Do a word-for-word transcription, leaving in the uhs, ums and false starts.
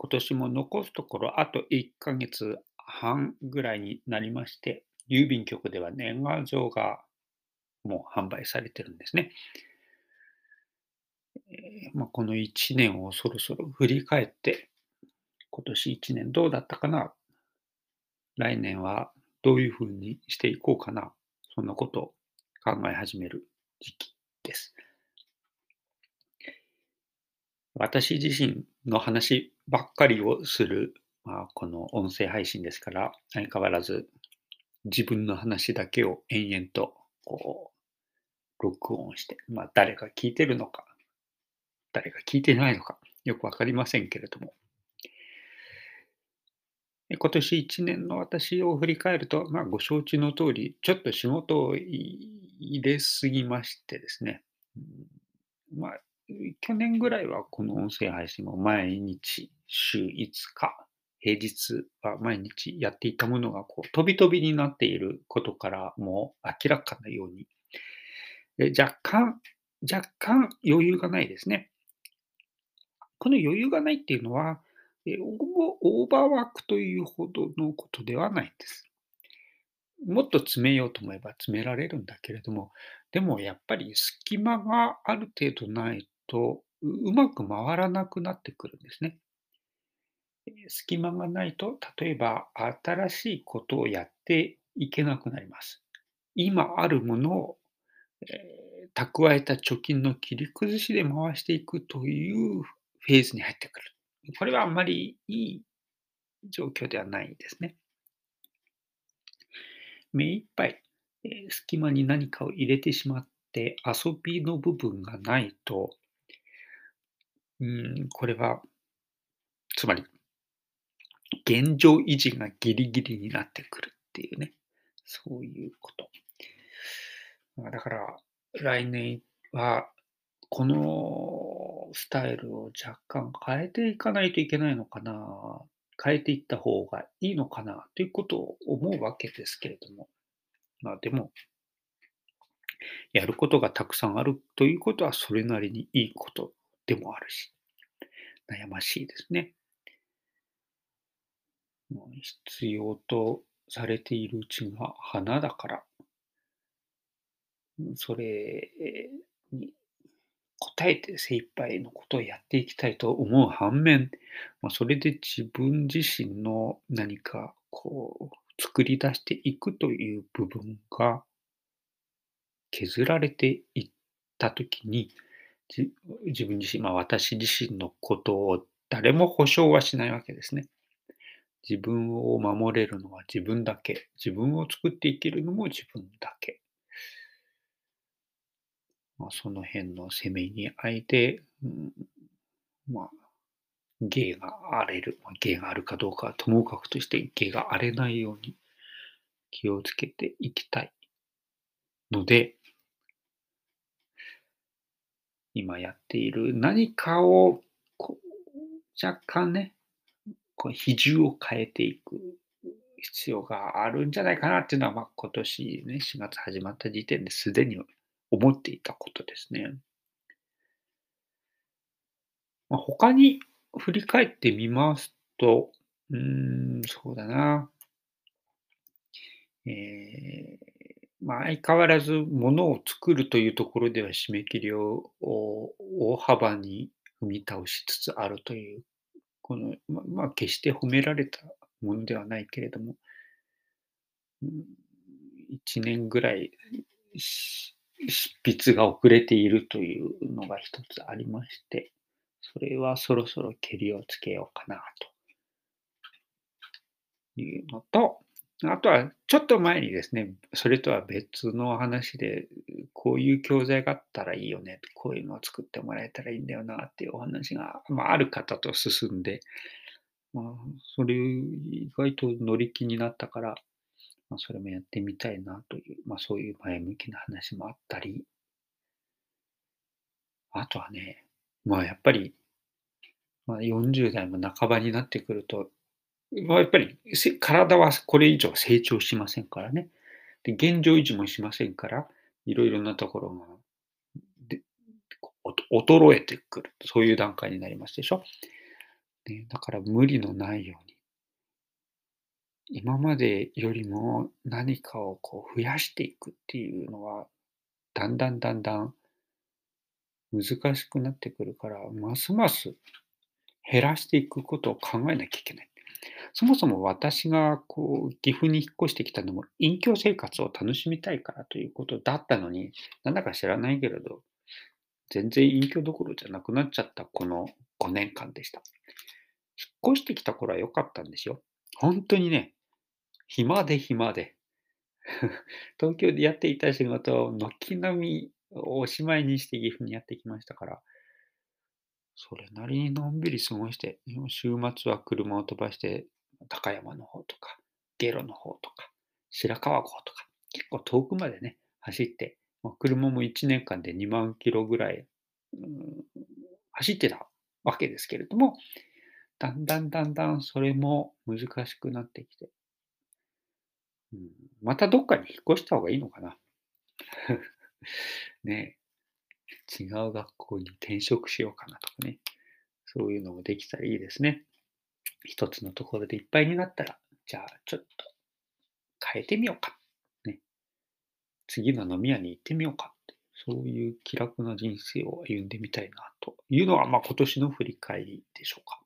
今年も残すところあといっかげつはんぐらいになりまして、郵便局では年賀状がもう販売されてるんですね。えーまあ、このいちねんをそろそろ振り返って、今年いちねんどうだったかな、来年はどういうふうにしていこうかな、そんなことを考え始める時期です。私自身の話ばっかりをする、まあ、この音声配信ですから、相変わらず自分の話だけを延々とこう録音して、まあ、誰が聞いてるのか、誰が聞いてないのか、よくわかりませんけれども、え今年いちねんの私を振り返ると、まあ、ご承知の通り、ちょっと仕事を入れすぎましてですね、うん、まあ、去年ぐらいはこの音声配信も毎日週いつか、平日は毎日やっていたものがこう飛び飛びになっていることからもう明らかなように、え若干、若干余裕がないですね。この余裕がないっていうのは、え、オーバオーバーワークというほどのことではないんです。もっと詰めようと思えば詰められるんだけれども、でもやっぱり隙間がある程度ないと、ううまく回らなくなってくるんですね。え、隙間がないと、例えば新しいことをやっていけなくなります。今あるものを、えー蓄えた貯金の切り崩しで回していくというフェーズに入ってくる。これはあんまりいい状況ではないですね。目いっぱい、えー隙間に何かを入れてしまって、遊びの部分がないと、うーん、これは、つまり現状維持がギリギリになってくるっていうね、そういうこと。まあ、だから、来年はこのスタイルを若干変えていかないといけないのかな、変えていった方がいいのかなということを思うわけですけれども、まあ、でも、やることがたくさんあるということはそれなりにいいことでもあるし、悩ましいですね。もう必要とされているうちが花だから、それに応えて精一杯のことをやっていきたいと思う反面、まあ、それで自分自身の何かこう作り出していくという部分が削られていったときに、じ自分自身、まあ、私自身のことを誰も保証はしないわけですね。自分を守れるのは自分だけ。自分を作っていけるのも自分だけ。まあ、その辺のせめぎ合いで、うん、まあ、芸が荒れる、まあ、芸があるかどうかはともかくとして芸が荒れないように気をつけていきたいので、今やっている何かをこう若干ね、こう比重を変えていく必要があるんじゃないかなっていうのは、まあ、今年ね、しがつ始まった時点ですでに思っていたことですね。まあ、他に振り返ってみますと、うーん、そうだな。ええ、まあ、相変わらず物を作るというところでは締め切りをお大幅に踏み倒しつつあるという、この、ままあ、決して褒められたものではないけれども、うん、いちねんぐらい、し執筆が遅れているというのが一つありまして、それはそろそろけりをつけようかなというのと、あとはちょっと前にですね、それとは別の話で、こういう教材があったらいいよね、こういうのを作ってもらえたらいいんだよなっていうお話が、まあ、ある方と進んで、まあ、それ意外と乗り気になったから、まあ、それもやってみたいなという、まあ、そういう前向きな話もあったり、あとはね、まあ、やっぱり、まあ、よんじゅう代も半ばになってくると、まあ、やっぱり、せ体はこれ以上成長しませんからね。で、現状維持もしませんから、いろいろなところが、で、こおと衰えてくる、そういう段階になりますでしょ。 ね、だから無理のないように、今までよりも何かをこう増やしていくっていうのは、だんだんだんだん難しくなってくるから、ますます減らしていくことを考えなきゃいけない。そもそも私がこう岐阜に引っ越してきたのも、隠居生活を楽しみたいからということだったのに、なんだか知らないけれど、全然隠居どころじゃなくなっちゃったこのごねんかんでした。引っ越してきた頃は良かったんですよ。本当にね、暇で暇で。東京でやっていた仕事を軒並みおしまいにして岐阜にやってきましたから、それなりにのんびり過ごして、週末は車を飛ばして、高山の方とか、下呂の方とか、白川郷とか、結構遠くまでね、走って、まあ、車もいちねんかんでにまんキロぐらい、うん、走ってたわけですけれども、だんだんだんだんそれも難しくなってきて、うん、またどっかに引っ越した方がいいのかな。ねえ、違う学校に転職しようかなとかね。そういうのもできたらいいですね。一つのところでいっぱいになったら、じゃあちょっと変えてみようか。ね。次の飲み屋に行ってみようかって。そういう気楽な人生を歩んでみたいなというのは、まあ今年の振り返りでしょうか。